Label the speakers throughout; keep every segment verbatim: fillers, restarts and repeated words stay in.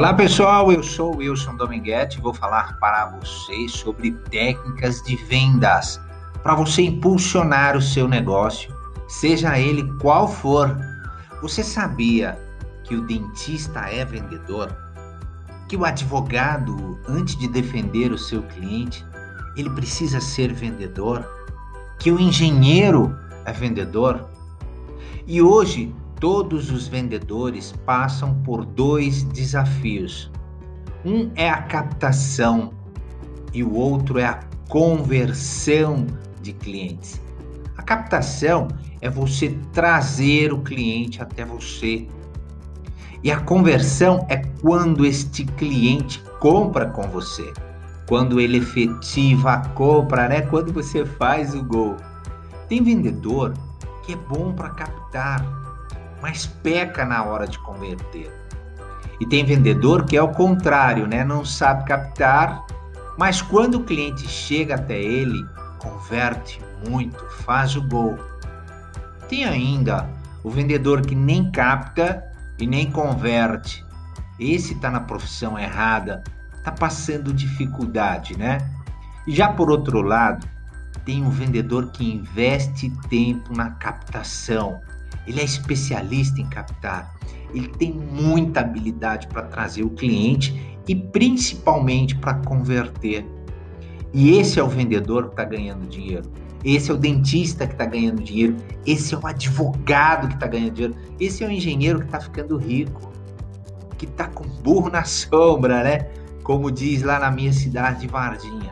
Speaker 1: Olá pessoal, eu sou o Wilson Dominguete e vou falar para vocês sobre técnicas de vendas para você impulsionar o seu negócio, seja ele qual for. Você sabia que o dentista é vendedor? Que o advogado, antes de defender o seu cliente, ele precisa ser vendedor? Que o engenheiro é vendedor? E hoje, todos os vendedores passam por dois desafios. Um é a captação e o outro é a conversão de clientes. A captação é você trazer o cliente até você. E a conversão é quando este cliente compra com você. Quando ele efetiva a compra, né? Quando você faz o gol. Tem vendedor que é bom para captar, mas peca na hora de converter. E tem vendedor que é o contrário, né? Não sabe captar, mas quando o cliente chega até ele, converte muito, faz o gol. Tem ainda o vendedor que nem capta e nem converte. Esse está na profissão errada, está passando dificuldade, né? E já por outro lado, tem um vendedor que investe tempo na captação. Ele é especialista em captar, ele tem muita habilidade para trazer o cliente e principalmente para converter. E esse é o vendedor que está ganhando dinheiro, esse é o dentista que está ganhando dinheiro, esse é o advogado que está ganhando dinheiro, esse é o engenheiro que está ficando rico, que está com burro na sombra, né? Como diz lá na minha cidade de Varginha.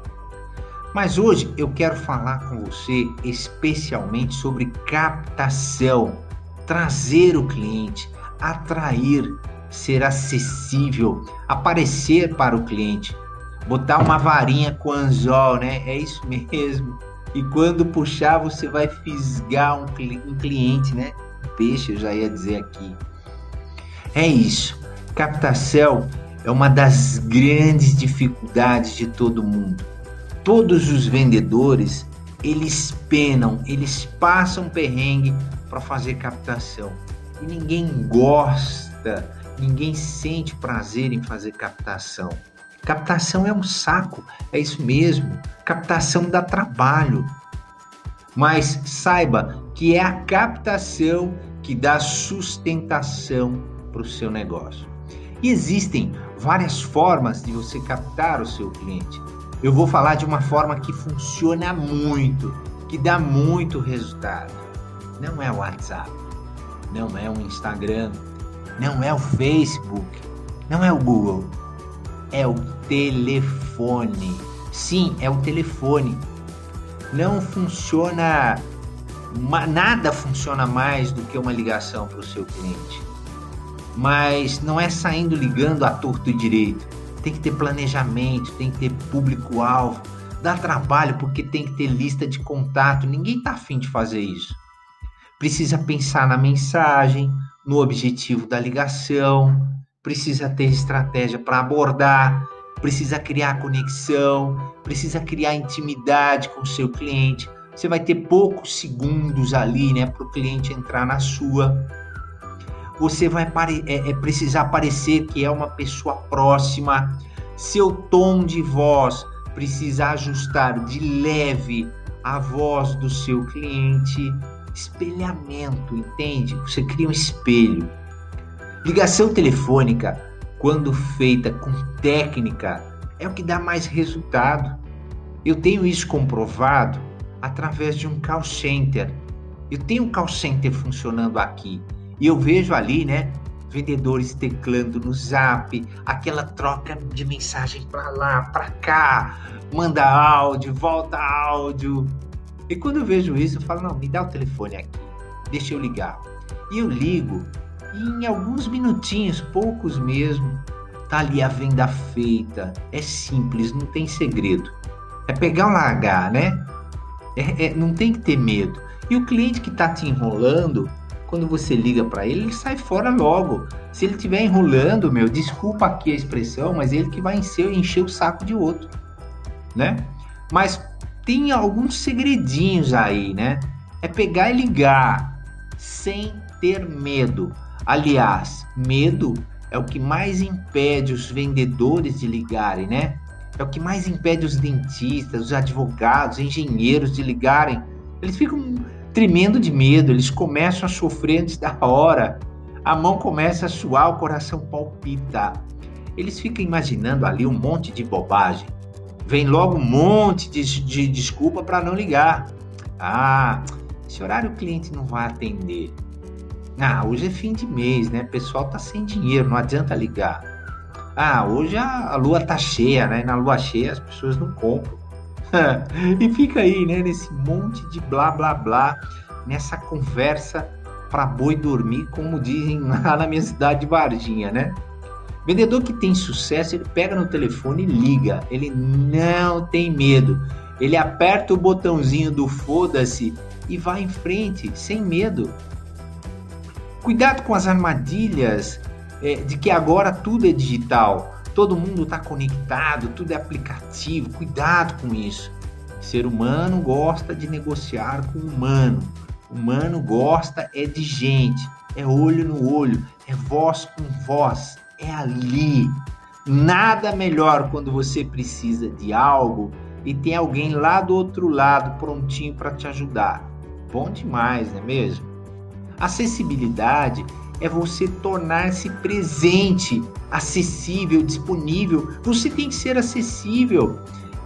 Speaker 1: Mas hoje eu quero falar com você especialmente sobre captação, trazer o cliente, atrair, ser acessível, aparecer para o cliente, botar uma varinha com anzol, né? É isso mesmo. E quando puxar você vai fisgar um, um cliente, né? Peixe, eu já ia dizer aqui. É isso. Captação é uma das grandes dificuldades de todo mundo. Todos os vendedores, eles penam, eles passam perrengue para fazer captação. E ninguém gosta, ninguém sente prazer em fazer captação. Captação é um saco, é isso mesmo. Captação dá trabalho. Mas saiba que é a captação que dá sustentação para o seu negócio. E existem várias formas de você captar o seu cliente. Eu vou falar de uma forma que funciona muito, que dá muito resultado. Não é o WhatsApp, não é o Instagram, não é o Facebook, não é o Google, é o telefone. Sim, é o telefone. Não funciona, nada funciona mais do que uma ligação para o seu cliente. Mas não é saindo ligando à torto e direito. Tem que ter planejamento, tem que ter público-alvo. Dá trabalho porque tem que ter lista de contato. Ninguém está afim de fazer isso. Precisa pensar na mensagem, no objetivo da ligação. Precisa ter estratégia para abordar. Precisa criar conexão. Precisa criar intimidade com o seu cliente. Você vai ter poucos segundos ali, né, para o cliente entrar na sua. Você vai pare- é, é precisar parecer que é uma pessoa próxima. Seu tom de voz precisa ajustar de leve a voz do seu cliente. Espelhamento, entende? Você cria um espelho. Ligação telefônica, quando feita com técnica, é o que dá mais resultado. Eu tenho isso comprovado através de um call center. Eu tenho um call center funcionando aqui. E eu vejo ali, né, vendedores teclando no Zap, aquela troca de mensagem para lá, para cá, manda áudio, volta áudio. E quando eu vejo isso, eu falo, não, me dá o telefone aqui, deixa eu ligar. E eu ligo, e em alguns minutinhos, poucos mesmo, tá ali a venda feita. É simples, não tem segredo. É pegar o largar, né? É, é, não tem que ter medo. E o cliente que tá te enrolando, quando você liga para ele, ele sai fora logo. Se ele estiver enrolando, meu, desculpa aqui a expressão, mas ele que vai encher, encher o saco de outro, né? Mas tem alguns segredinhos aí, né? É pegar e ligar sem ter medo. Aliás, medo é o que mais impede os vendedores de ligarem, né? É o que mais impede os dentistas, os advogados, engenheiros de ligarem. Eles ficam tremendo de medo, eles começam a sofrer antes da hora. A mão começa a suar, o coração palpita. Eles ficam imaginando ali um monte de bobagem. Vem logo um monte de, de desculpa para não ligar. Ah, esse horário o cliente não vai atender. Ah, hoje é fim de mês, né? O pessoal tá sem dinheiro, não adianta ligar. Ah, hoje a, a lua tá cheia, né? Na lua cheia as pessoas não compram. E fica aí, né? Nesse monte de blá, blá, blá, nessa conversa para boi dormir, como dizem lá na minha cidade de Varginha, né? Vendedor que tem sucesso, ele pega no telefone e liga. Ele não tem medo. Ele aperta o botãozinho do foda-se e vai em frente, sem medo. Cuidado com as armadilhas é, de que agora tudo é digital. Todo mundo está conectado, tudo é aplicativo. Cuidado com isso. O ser humano gosta de negociar com o humano. O humano gosta é de gente. É olho no olho. É voz com voz. É ali. Nada melhor quando você precisa de algo e tem alguém lá do outro lado prontinho para te ajudar. Bom demais, não é mesmo? Acessibilidade é você tornar-se presente, acessível, disponível. Você tem que ser acessível,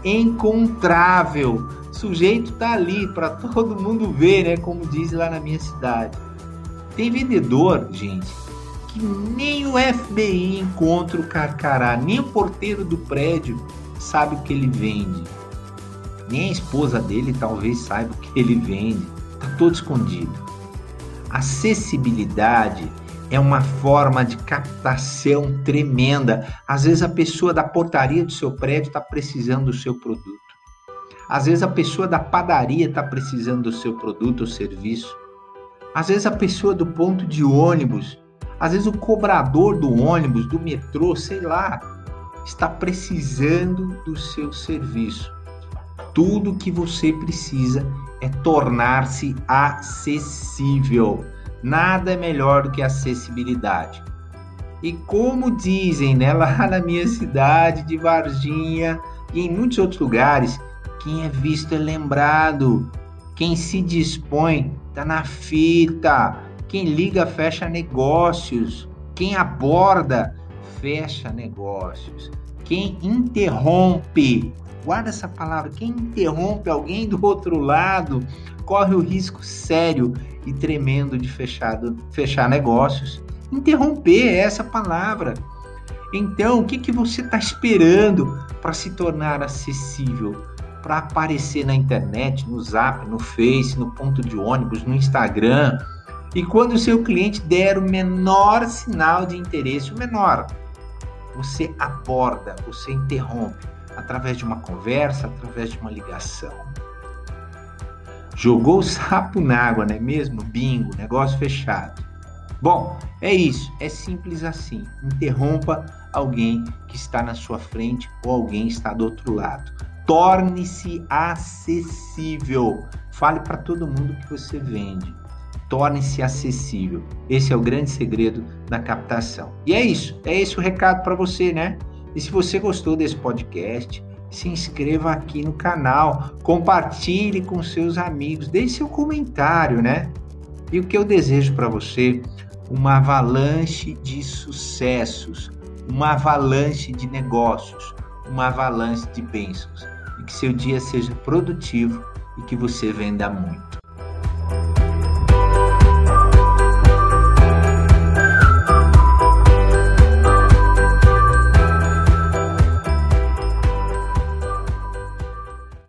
Speaker 1: encontrável. O sujeito tá ali para todo mundo ver, né? Como diz lá na minha cidade. Tem vendedor, gente, que nem o F B I encontra o carcará, nem o porteiro do prédio sabe o que ele vende. Nem a esposa dele talvez saiba o que ele vende. Tá todo escondido. Acessibilidade é uma forma de captação tremenda. Às vezes a pessoa da portaria do seu prédio está precisando do seu produto. Às vezes a pessoa da padaria está precisando do seu produto ou serviço. Às vezes a pessoa do ponto de ônibus, às vezes o cobrador do ônibus, do metrô, sei lá, está precisando do seu serviço. Tudo que você precisa é tornar-se acessível. Nada é melhor do que acessibilidade. E como dizem, né, lá na minha cidade de Varginha e em muitos outros lugares, quem é visto é lembrado. Quem se dispõe está na fita. Quem liga fecha negócios. Quem aborda fecha negócios. Quem interrompe, guarda essa palavra, quem interrompe alguém do outro lado corre o risco sério e tremendo de fechado, fechar negócios. Interromper é essa palavra. Então, o que, que você está esperando para se tornar acessível? Para aparecer na internet, no Zap, no Face, no ponto de ônibus, no Instagram. E quando o seu cliente der o menor sinal de interesse, o menor, você aborda, você interrompe. Através de uma conversa, através de uma ligação. Jogou o sapo na água, não é mesmo? Bingo, negócio fechado. Bom, é isso, é simples assim. Interrompa alguém que está na sua frente ou alguém que está do outro lado. Torne-se acessível. Fale para todo mundo que você vende. Torne-se acessível. Esse é o grande segredo da captação. E é isso, é esse o recado para você, né? E se você gostou desse podcast, se inscreva aqui no canal, compartilhe com seus amigos, deixe seu comentário, né? E o que eu desejo para você? Uma avalanche de sucessos, uma avalanche de negócios, uma avalanche de bênçãos. E que seu dia seja produtivo e que você venda muito.